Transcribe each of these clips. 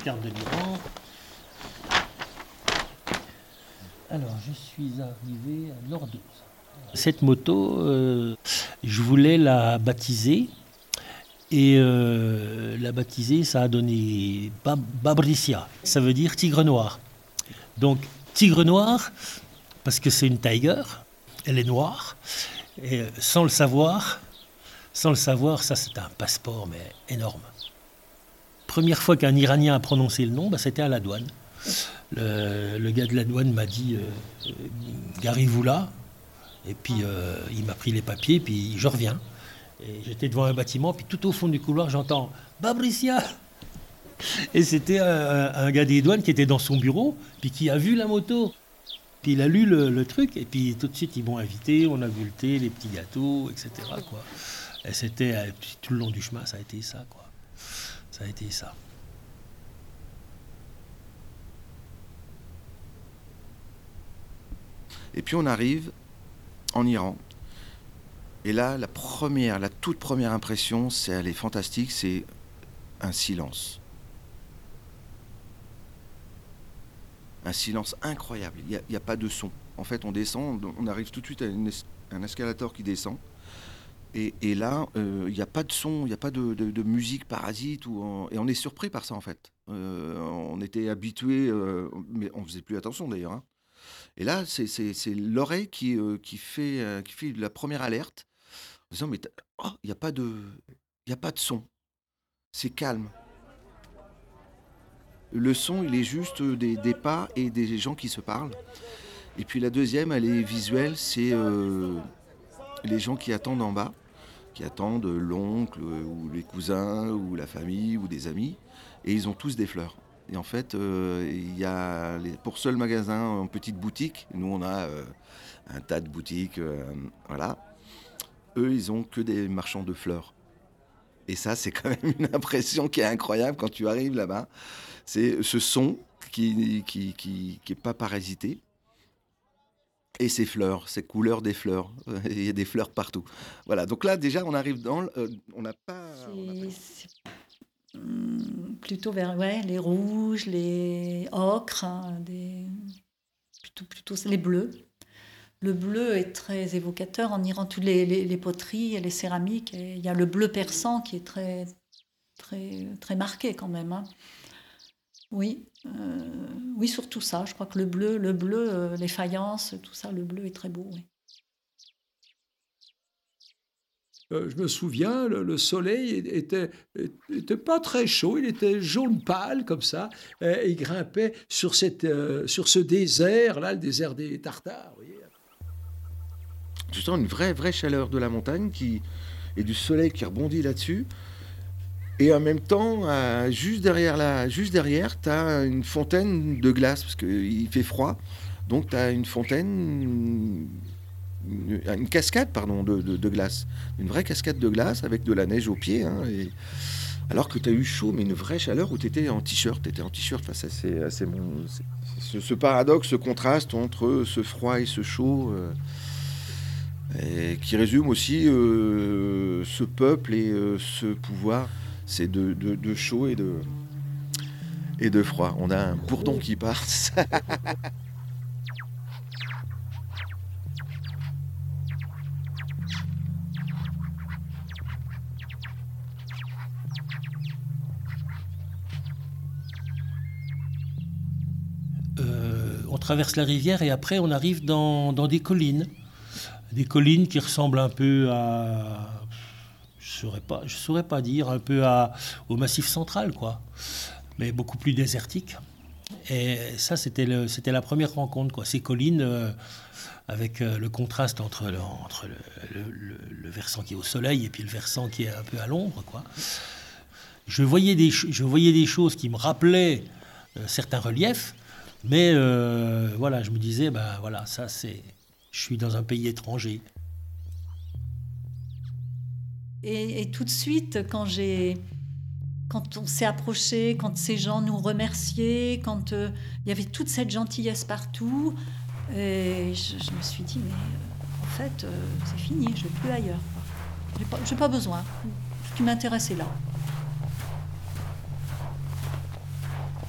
carte de l'Iran. Alors, je suis arrivé à Nordoz. Cette moto, je voulais la baptiser. Et la baptiser, ça a donné Babricia. Ça veut dire tigre noir. Donc, tigre noir, parce que c'est une tiger, elle est noire. Et sans le savoir, ça c'est un passeport, mais énorme. Première fois qu'un Iranien a prononcé le nom, c'était à la douane. Le gars de la douane m'a dit garez-vous là. Et puis il m'a pris les papiers, puis je reviens. Et j'étais devant un bâtiment, puis tout au fond du couloir, j'entends Babricia. Et c'était un gars des douanes qui était dans son bureau, puis qui a vu la moto. Puis il a lu le truc, et puis tout de suite ils m'ont invité, on a vu le thé, les petits gâteaux, etc. quoi. Et c'était tout le long du chemin, ça a été ça, quoi. Ça a été ça. Et puis on arrive en Iran. Et là, la toute première impression, elle est fantastique, c'est un silence. Un silence incroyable, il n'y a pas de son. En fait, on descend, on arrive tout de suite à un escalator qui descend. Et là, il n'y a pas de son, il n'y a pas de musique parasite. Et on est surpris par ça, en fait. On était habitués, mais on ne faisait plus attention d'ailleurs. Hein. Et là, c'est l'oreille qui fait la première alerte. En disant, mais il n'y a pas de son. C'est calme. Le son, il est juste des pas et des gens qui se parlent. Et puis la deuxième, elle est visuelle, c'est les gens qui attendent en bas, qui attendent l'oncle ou les cousins ou la famille ou des amis, et ils ont tous des fleurs. Et en fait, il y a pour seul magasin en petite boutique, nous on a un tas de boutiques, voilà. Eux, ils ont que des marchands de fleurs. Et ça, c'est quand même une impression qui est incroyable quand tu arrives là-bas. C'est ce son qui est pas parasité. Et ces fleurs, ces couleurs des fleurs. Il y a des fleurs partout. Voilà, donc là, déjà, on arrive dans... on n'a pas... Plutôt vers les rouges, les ocres, plutôt les bleus. Le bleu est très évocateur en Iran, toutes les poteries et les céramiques. Et il y a le bleu persan qui est très, très, très marqué quand même. Hein. Oui, surtout ça. Je crois que le bleu, les faïences, tout ça, le bleu est très beau. Oui. Je me souviens, le soleil était pas très chaud, il était jaune pâle comme ça, et il grimpait sur ce désert, là, le désert des Tartares. Vous voyez. Tu sens une vraie chaleur de la montagne et du soleil qui rebondit là-dessus. Et en même temps, juste derrière, tu as une fontaine de glace, parce qu'il fait froid. Donc tu as une fontaine, une cascade, pardon, de glace. Une vraie cascade de glace avec de la neige aux pieds. Hein, alors que tu as eu chaud, mais une vraie chaleur où tu étais en t-shirt. Enfin, c'est bon. Ce paradoxe, ce contraste entre ce froid et ce chaud... et qui résume aussi ce peuple et ce pouvoir, c'est de chaud et de froid. On a un bourdon qui part. On traverse la rivière et après on arrive dans des collines. Des collines qui ressemblent un peu à... Je saurais pas dire, un peu au Massif central, quoi. Mais beaucoup plus désertique. Et ça, c'était la première rencontre, quoi. Ces collines, avec le contraste entre le versant qui est au soleil et puis le versant qui est un peu à l'ombre, quoi. Je voyais des choses qui me rappelaient certains reliefs, mais voilà, je me disais, voilà, ça c'est... Je suis dans un pays étranger. Et tout de suite, quand on s'est approché, quand ces gens nous remerciaient, quand il y avait toute cette gentillesse partout, et je me suis dit, mais en fait, c'est fini, je ne vais plus ailleurs. Je n'ai pas besoin. Ce qui m'intéresse est là.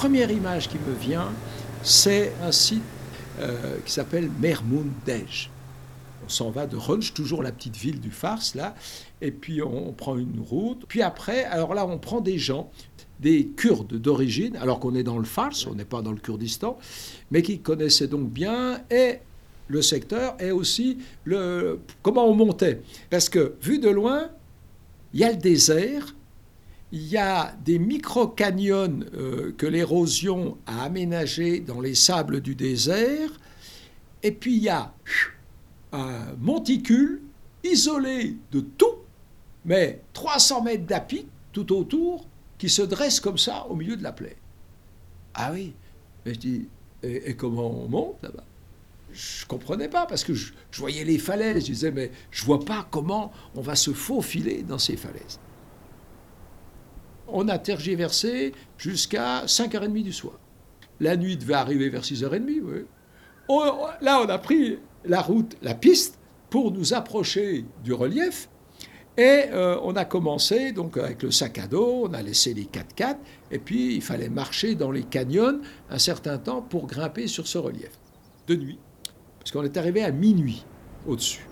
première image qui me vient, c'est un site qui s'appelle Mermoundej. On s'en va de Rhodes, toujours la petite ville du Fars, là, et puis on prend une route. Puis après, alors là, on prend des gens, des Kurdes d'origine, alors qu'on est dans le Fars, on n'est pas dans le Kurdistan, mais qui connaissaient donc bien et le secteur et aussi comment on montait. Parce que, vu de loin, il y a le désert, il y a des micro-canyons que l'érosion a aménagés dans les sables du désert, et puis il y a un monticule isolé de tout, mais 300 mètres d'apic tout autour, qui se dresse comme ça au milieu de la plaine. Ah oui, mais je dis, et comment on monte là-bas? Je ne comprenais pas, parce que je voyais les falaises, je disais, mais je ne vois pas comment on va se faufiler dans ces falaises. On a tergiversé jusqu'à 5h30 du soir. La nuit devait arriver vers 6h30, oui. Là, on a pris la route, la piste, pour nous approcher du relief. Et on a commencé donc avec le sac à dos, on a laissé les 4x4, et puis il fallait marcher dans les canyons un certain temps pour grimper sur ce relief. De nuit, parce qu'on est arrivé à minuit au-dessus.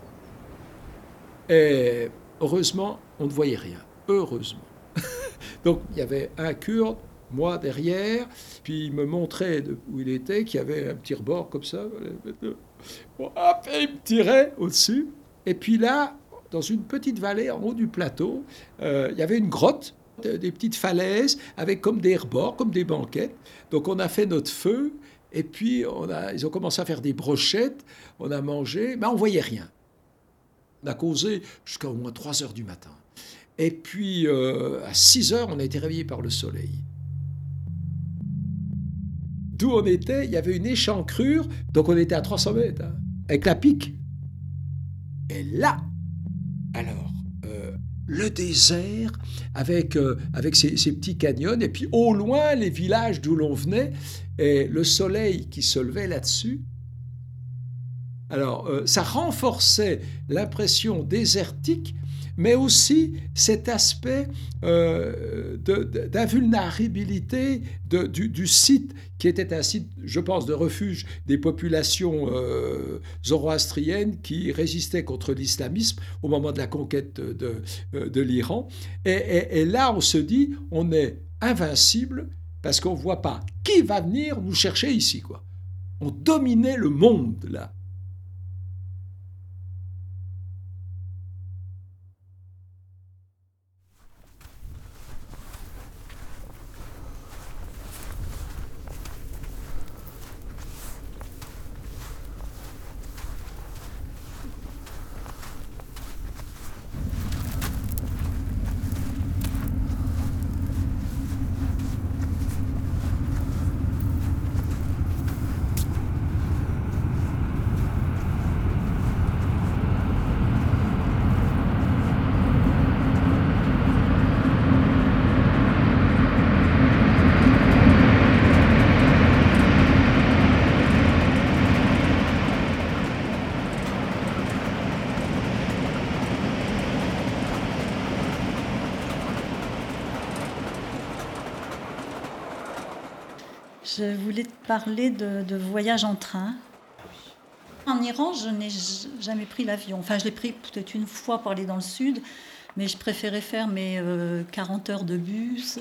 Et heureusement, on ne voyait rien. Heureusement. Donc il y avait un Kurde, moi derrière, puis il me montrait où il était, qu'il y avait un petit rebord comme ça. Bon, hop, et il me tirait au-dessus. Et puis là, dans une petite vallée en haut du plateau, il y avait une grotte, des petites falaises, avec comme des rebords, comme des banquettes. Donc on a fait notre feu, et puis ils ont commencé à faire des brochettes, on a mangé, mais on ne voyait rien. On a causé jusqu'à au moins 3 heures du matin. Et puis à 6 heures, on a été réveillés par le soleil. D'où on était, il y avait une échancrure, donc on était à 300 mètres, hein, avec la pique. Et là, alors, le désert avec ces petits canyons, et puis au loin, les villages d'où l'on venait, et le soleil qui se levait là-dessus. Alors, ça renforçait l'impression désertique, mais aussi cet aspect d'invulnérabilité du site, qui était un site, je pense, de refuge des populations zoroastriennes qui résistaient contre l'islamisme au moment de la conquête de l'Iran. Et là, on se dit, on est invincible parce qu'on ne voit pas qui va venir nous chercher ici, quoi. On dominait le monde, là. Je voulais te parler de voyage en train. En Iran, je n'ai jamais pris l'avion. Enfin, je l'ai pris peut-être une fois pour aller dans le sud, mais je préférais faire mes 40 heures de bus.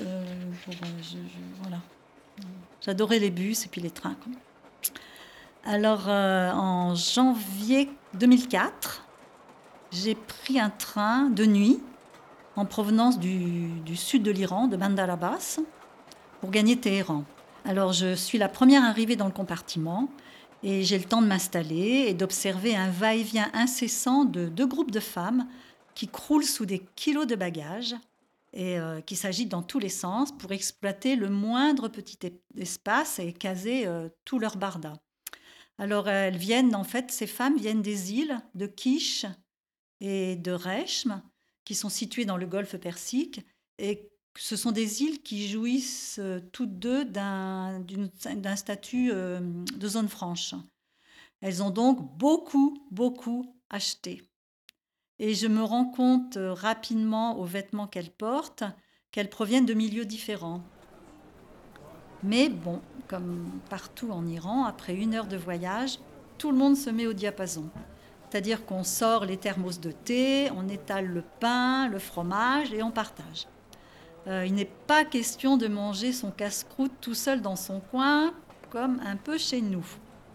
Voilà. J'adorais les bus et puis les trains, quoi. Alors, en janvier 2004, j'ai pris un train de nuit en provenance du sud de l'Iran, de Bandar Abbas, pour gagner Téhéran. Alors, je suis la première arrivée dans le compartiment et j'ai le temps de m'installer et d'observer un va-et-vient incessant de 2 groupes de femmes qui croulent sous des kilos de bagages et qui s'agitent dans tous les sens pour exploiter le moindre petit espace et caser tout leur barda. Alors, ces femmes viennent des îles de Kish et de Rechm, qui sont situées dans le golfe Persique, et ce sont des îles qui jouissent toutes deux d'un statut de zone franche. Elles ont donc beaucoup acheté. Et je me rends compte rapidement aux vêtements qu'elles portent qu'elles proviennent de milieux différents. Mais bon, comme partout en Iran, après 1 heure de voyage, tout le monde se met au diapason. C'est-à-dire qu'on sort les thermos de thé, on étale le pain, le fromage et on partage. Il n'est pas question de manger son casse-croûte tout seul dans son coin, comme un peu chez nous.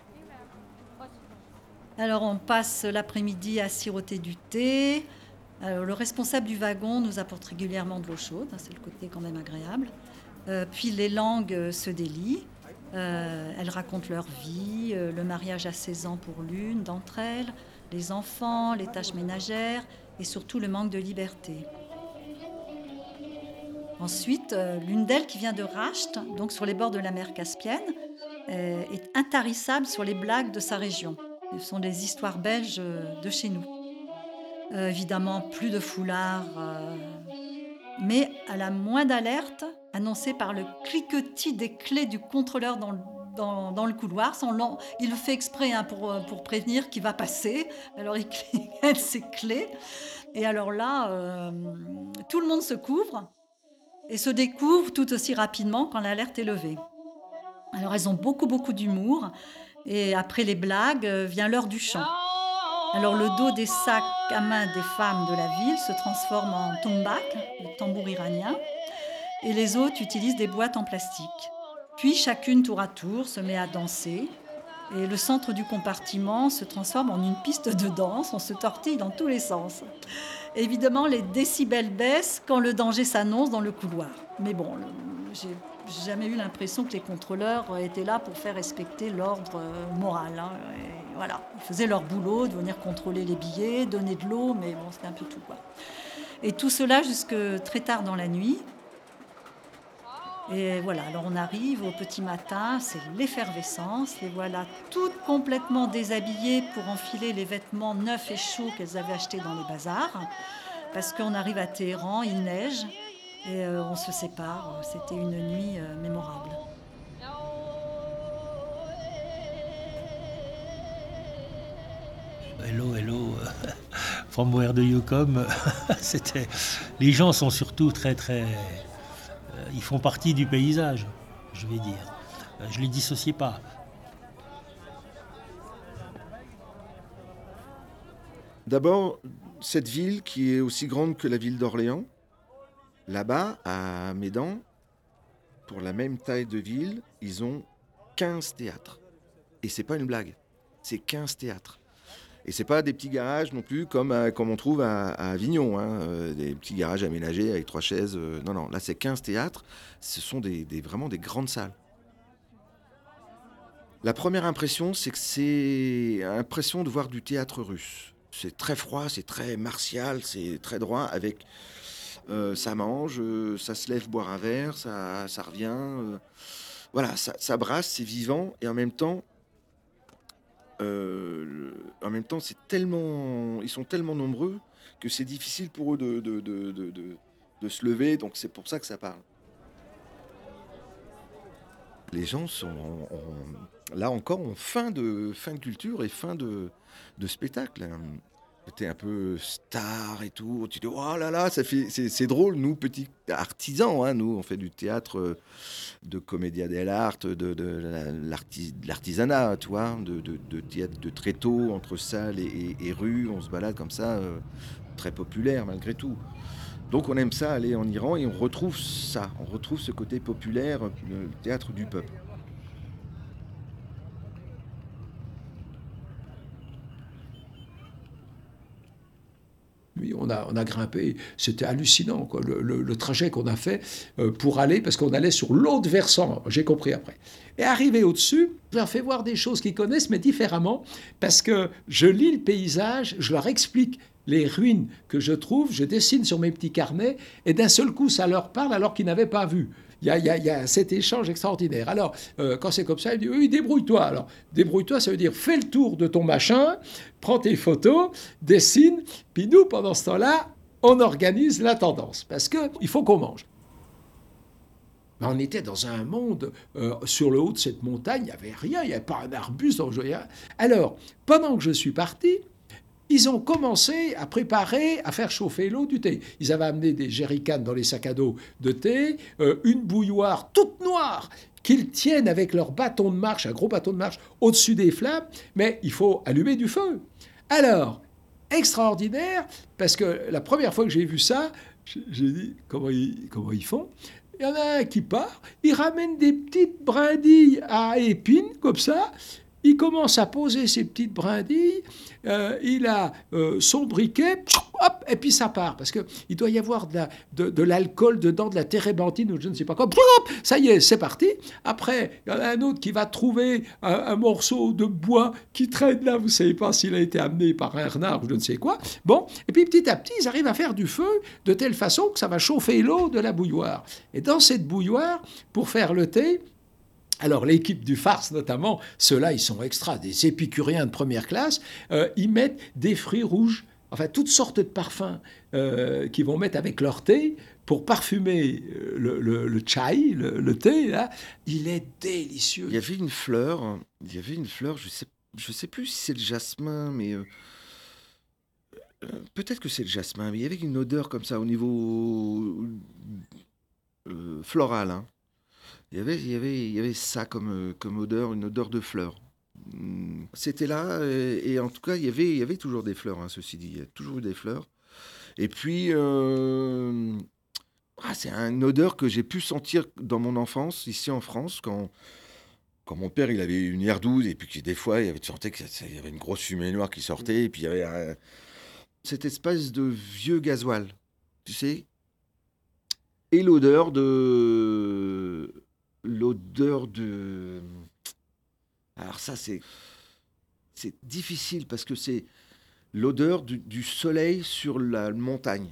Alors on passe l'après-midi à siroter du thé. Alors, le responsable du wagon nous apporte régulièrement de l'eau chaude, c'est le côté quand même agréable. Puis les langues se délient. Elles racontent leur vie, le mariage à 16 ans pour l'une d'entre elles, les enfants, les tâches ménagères et surtout le manque de liberté. Ensuite, l'une d'elles qui vient de Rasht, donc sur les bords de la mer Caspienne, est intarissable sur les blagues de sa région. Ce sont des histoires belges de chez nous. Évidemment, plus de foulards, mais à la moindre alerte, annoncée par le cliquetis des clés du contrôleur dans le couloir. Il le fait exprès pour prévenir qu'il va passer. Alors il cliquette ses clés. Et alors là, tout le monde se couvre et se découvre tout aussi rapidement quand l'alerte est levée. Alors elles ont beaucoup d'humour. Et après les blagues, vient l'heure du chant. Alors le dos des sacs à main des femmes de la ville se transforme en tombak, le tambour iranien, et les autres utilisent des boîtes en plastique. Puis chacune tour à tour se met à danser, et le centre du compartiment se transforme en une piste de danse, on se tortille dans tous les sens. Évidemment, les décibels baissent quand le danger s'annonce dans le couloir. Mais bon, j'ai jamais eu l'impression que les contrôleurs étaient là pour faire respecter l'ordre moral. Et voilà, ils faisaient leur boulot, de venir contrôler les billets, donner de l'eau, mais bon, c'était un peu tout, quoi. Et tout cela jusque très tard dans la nuit. Et voilà, alors on arrive au petit matin, c'est l'effervescence. Les voilà toutes complètement déshabillées pour enfiler les vêtements neufs et chauds qu'elles avaient achetés dans les bazars. Parce qu'on arrive à Téhéran, il neige. Et on se sépare. C'était une nuit mémorable. Hello, from where do you come? C'était... Les gens sont surtout très... ils font partie du paysage, je vais dire. Je ne les dissociais pas. D'abord, cette ville qui est aussi grande que la ville d'Orléans, là-bas, à Médan, pour la même taille de ville, ils ont 15 théâtres. Et c'est pas une blague, c'est 15 théâtres. Et c'est pas des petits garages non plus comme on trouve à Avignon, des petits garages aménagés avec 3 chaises. Non, là c'est 15 théâtres, ce sont vraiment des grandes salles. La première impression, c'est que c'est l'impression de voir du théâtre russe. C'est très froid, c'est très martial, c'est très droit, avec ça mange, ça se lève boire un verre, ça revient. Voilà, ça brasse, c'est vivant, et en même temps, ils sont tellement nombreux que c'est difficile pour eux de se lever, donc c'est pour ça que ça parle. Les gens sont là encore en fin de culture et fin de spectacle. C'était un peu star et tout. Tu dis, oh là là, c'est drôle. Nous, petits artisans, nous, on fait du théâtre de commedia dell'arte, de l'artisanat, tu vois, de théâtre de tréteau entre salle et rue. On se balade comme ça, très populaire malgré tout. Donc on aime ça, aller en Iran, et on retrouve ça. On retrouve ce côté populaire, le théâtre du peuple. Oui, on a grimpé, c'était hallucinant, quoi, le trajet qu'on a fait pour aller, parce qu'on allait sur l'autre versant, j'ai compris après. Et arrivé au-dessus, je leur fais voir des choses qu'ils connaissent, mais différemment, parce que je lis le paysage, je leur explique les ruines que je trouve, je dessine sur mes petits carnets, et d'un seul coup, ça leur parle alors qu'ils n'avaient pas vu. Il y a cet échange extraordinaire. Alors, quand c'est comme ça, il dit, oui, débrouille-toi. Alors, débrouille-toi, ça veut dire, fais le tour de ton machin, prends tes photos, dessine, puis nous, pendant ce temps-là, on organise la tendance, parce qu'il faut qu'on mange. On était dans un monde, sur le haut de cette montagne, il n'y avait rien, il n'y avait pas un arbuste. Alors, pendant que je suis parti, ils ont commencé à préparer, à faire chauffer l'eau du thé. Ils avaient amené des jerrycans dans les sacs à dos de thé, une bouilloire toute noire qu'ils tiennent avec leur bâton de marche, un gros bâton de marche, au-dessus des flammes, mais il faut allumer du feu. Alors, extraordinaire, parce que la première fois que j'ai vu ça, j'ai dit, comment ils font? Il y en a un qui part, il ramène des petites brindilles à épines, comme ça, il commence à poser ses petites brindilles, il a son briquet, hop, et puis ça part. Parce qu'il doit y avoir de l'alcool dedans, de la térébenthine ou je ne sais pas quoi. Hop, ça y est, c'est parti. Après, il y en a un autre qui va trouver un morceau de bois qui traîne là, vous ne savez pas s'il a été amené par un renard ou je ne sais quoi. Bon, et puis petit à petit, ils arrivent à faire du feu de telle façon que ça va chauffer l'eau de la bouilloire. Et dans cette bouilloire, pour faire le thé, alors l'équipe du Farce notamment, ceux-là ils sont extra, des épicuriens de première classe, ils mettent des fruits rouges, enfin toutes sortes de parfums qu'ils vont mettre avec leur thé pour parfumer le chai, le thé, là, il est délicieux. Il y avait une fleur, je sais plus si c'est le jasmin, mais peut-être que c'est le jasmin, mais il y avait une odeur comme ça au niveau floral, hein. Il y avait ça comme odeur, une odeur de fleurs. C'était là, et en tout cas, il y avait toujours des fleurs, hein, ceci dit. Il y a toujours eu des fleurs. Et puis, c'est une odeur que j'ai pu sentir dans mon enfance, ici en France, quand mon père il avait une herdouze, et puis que des fois, tu sentais qu'il y avait une grosse fumée noire qui sortait, et puis il y avait cette espèce de vieux gasoil, tu sais, et l'odeur de... Alors ça, c'est difficile parce que c'est l'odeur du soleil sur la montagne.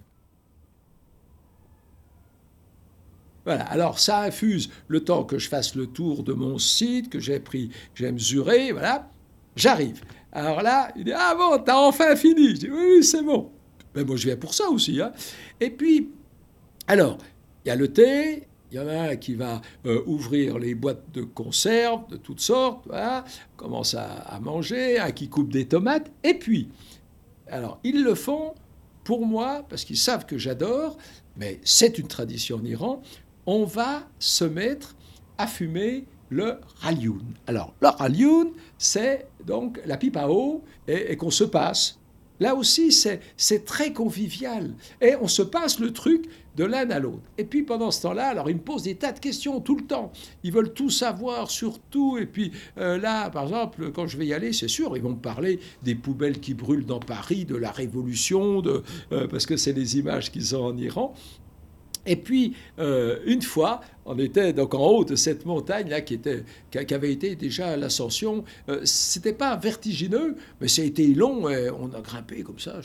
Voilà, alors ça infuse le temps que je fasse le tour de mon site, que j'ai mesuré, voilà, j'arrive. Alors là, il dit, ah bon, t'as enfin fini. Je dis, oui, c'est bon. Mais moi, je viens pour ça aussi, hein. Et puis, alors, il y a le thé. Il y en a un qui va ouvrir les boîtes de conserve de toutes sortes, voilà, commence à manger, un qui coupe des tomates. Et puis, alors, ils le font pour moi, parce qu'ils savent que j'adore, mais c'est une tradition en Iran, on va se mettre à fumer le ralioun. Alors, le ralioun, c'est donc la pipe à eau et qu'on se passe. Là aussi, c'est très convivial. Et on se passe le truc de l'un à l'autre. Et puis pendant ce temps-là, alors ils me posent des tas de questions tout le temps. Ils veulent tout savoir sur tout. Et puis là, par exemple, quand je vais y aller, c'est sûr, ils vont me parler des poubelles qui brûlent dans Paris, de la Révolution, parce que c'est les images qu'ils ont en Iran. Et puis, une fois, on était donc en haut de cette montagne-là qui avait été déjà à l'ascension. C'était pas vertigineux, mais ça a été long. On a grimpé comme ça.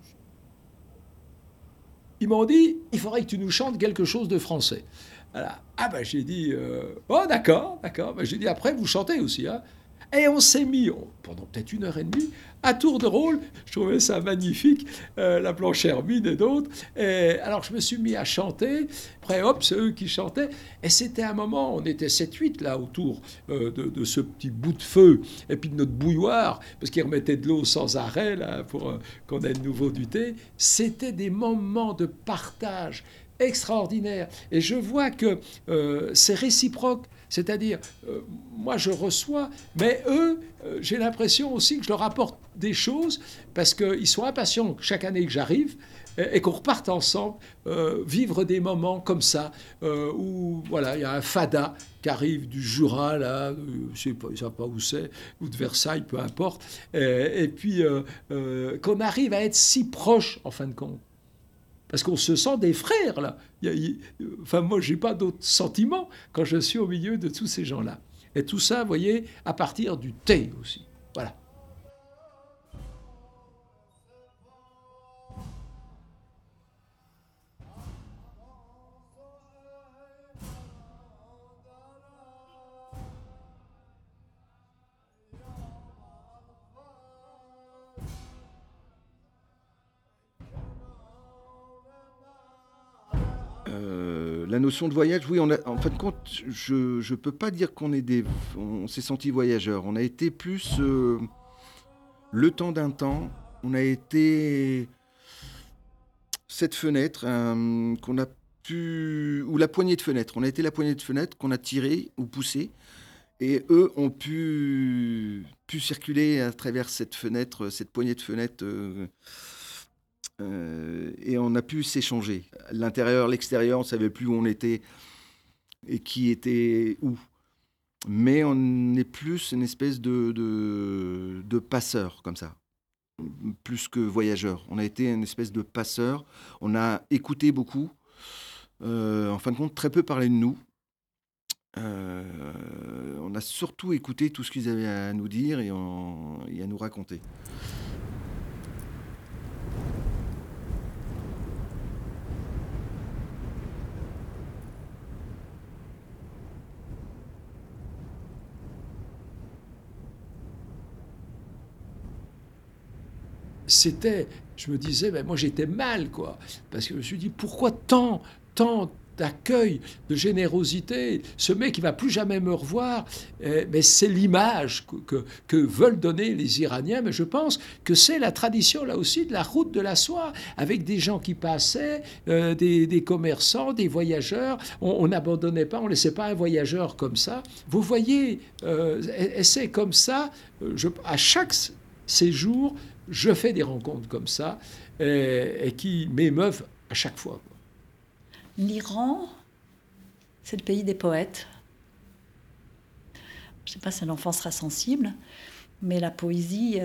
Ils m'ont dit, il faudrait que tu nous chantes quelque chose de français. Voilà. Ah ben j'ai dit, oh d'accord. Ben, j'ai dit, après, vous chantez aussi, hein. Et on s'est mis, pendant peut-être 1 heure et demie, à tour de rôle. Je trouvais ça magnifique, la Blanche Hermine et d'autres. Et alors je me suis mis à chanter. Après, hop, c'est eux qui chantaient. Et c'était un moment, on était 7-8 là autour de ce petit bout de feu. Et puis de notre bouilloire, parce qu'ils remettaient de l'eau sans arrêt là, pour qu'on ait de nouveau du thé. C'était des moments de partage extraordinaires. Et je vois que c'est réciproque. C'est-à-dire, moi je reçois, mais eux, j'ai l'impression aussi que je leur apporte des choses parce qu'ils sont impatients chaque année que j'arrive et qu'on reparte ensemble, vivre des moments comme ça, où voilà, il y a un fada qui arrive du Jura, là, je ne sais pas où c'est, ou de Versailles, peu importe, et puis qu'on arrive à être si proches en fin de compte. Parce qu'on se sent des frères, là. Enfin, moi, je n'ai pas d'autre sentiment quand je suis au milieu de tous ces gens-là. Et tout ça, vous voyez, à partir du thé aussi. Voilà. La notion de voyage, oui, en fin de compte, je ne peux pas dire on s'est senti voyageurs. On a été plus le temps d'un temps. On a été cette fenêtre qu'on a ou la poignée de fenêtre. On a été la poignée de fenêtre qu'on a tirée ou poussée. Et eux ont pu circuler à travers cette fenêtre, cette poignée de fenêtre, et on a pu s'échanger. L'intérieur, l'extérieur, on ne savait plus où on était et qui était où. Mais on est plus une espèce de passeur, comme ça, plus que voyageur. On a été une espèce de passeur. On a écouté beaucoup. En fin de compte, très peu parlé de nous. On a surtout écouté tout ce qu'ils avaient à nous dire et à nous raconter. Je me disais, ben moi j'étais mal, quoi, parce que je me suis dit, pourquoi tant d'accueil, de générosité, ce mec il va plus jamais me revoir, mais c'est l'image que veulent donner les Iraniens, mais je pense que c'est la tradition là aussi de la route de la soie, avec des gens qui passaient, des commerçants, des voyageurs, on n'abandonnait pas, on laissait pas un voyageur comme ça. Vous voyez, et c'est comme ça, à chaque séjour, je fais des rencontres comme ça et qui m'émeuvent à chaque fois. L'Iran, c'est le pays des poètes. Je ne sais pas si l'enfant sera sensible, mais la poésie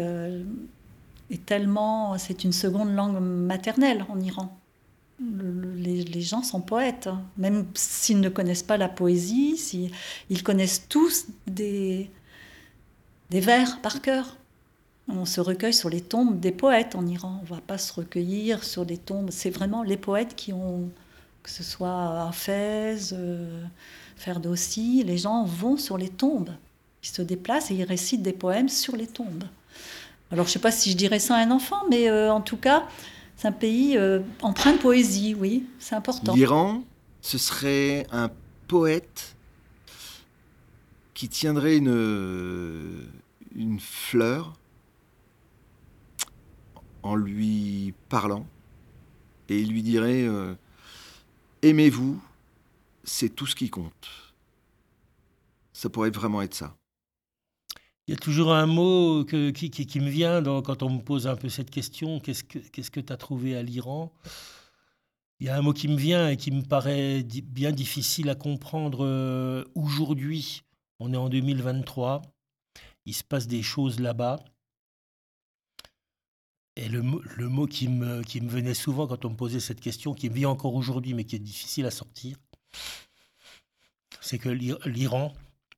c'est une seconde langue maternelle en Iran. Les gens sont poètes, même s'ils ne connaissent pas la poésie, ils connaissent tous des vers par cœur. On se recueille sur les tombes des poètes en Iran. On ne va pas se recueillir sur des tombes. C'est vraiment les poètes qui ont, que ce soit Hafez, Ferdowsi, les gens vont sur les tombes. Ils se déplacent et ils récitent des poèmes sur les tombes. Alors je ne sais pas si je dirais ça à un enfant, mais en tout cas, c'est un pays empreint de poésie, oui, c'est important. L'Iran, ce serait un poète qui tiendrait une fleur en lui parlant, et il lui dirait aimez-vous, c'est tout ce qui compte. Ça pourrait vraiment être ça. Il y a toujours un mot qui me vient quand on me pose un peu cette question, qu'est-ce que tu as trouvé à l'Iran ? Il y a un mot qui me vient et qui me paraît bien difficile à comprendre aujourd'hui. On est en 2023, il se passe des choses là-bas. Et le mot qui me venait souvent quand on me posait cette question, qui me vient encore aujourd'hui, mais qui est difficile à sortir, c'est que l'Iran,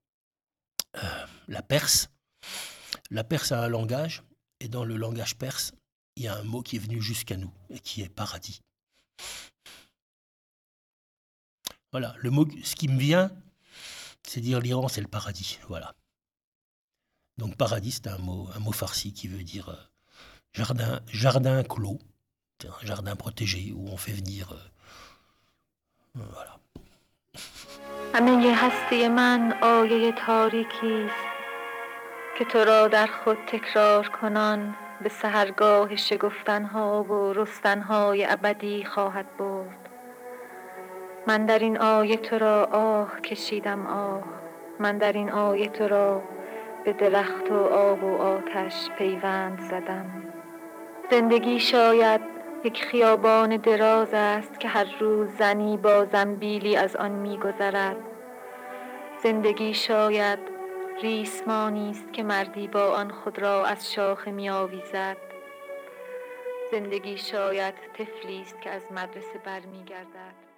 la Perse a un langage, et dans le langage perse, il y a un mot qui est venu jusqu'à nous, et qui est paradis. Voilà, ce qui me vient, c'est dire l'Iran, c'est le paradis, voilà. Donc paradis, c'est un mot farsi qui veut dire jardin clos, c'est un jardin protégé où on fait venir, voilà. همه هستی من آیه تاریکی است که تو را در خود تکرار کنان به سحرگاه شگفتنها و رستنهای ابدی خواهد برد. من در این آیه تو را آه کشیدم آه، من در این آیه تو را به درخت و آب و آتش پیوند زدم. زندگی شاید یک خیابان دراز است که هر روز زنی با زنبیلی از آن می‌گذرد. زندگی شاید ریسمانی است که مردی با آن خود را از شاخه می‌آویزد. زندگی شاید طفلی است که از مدرسه برمیگردد.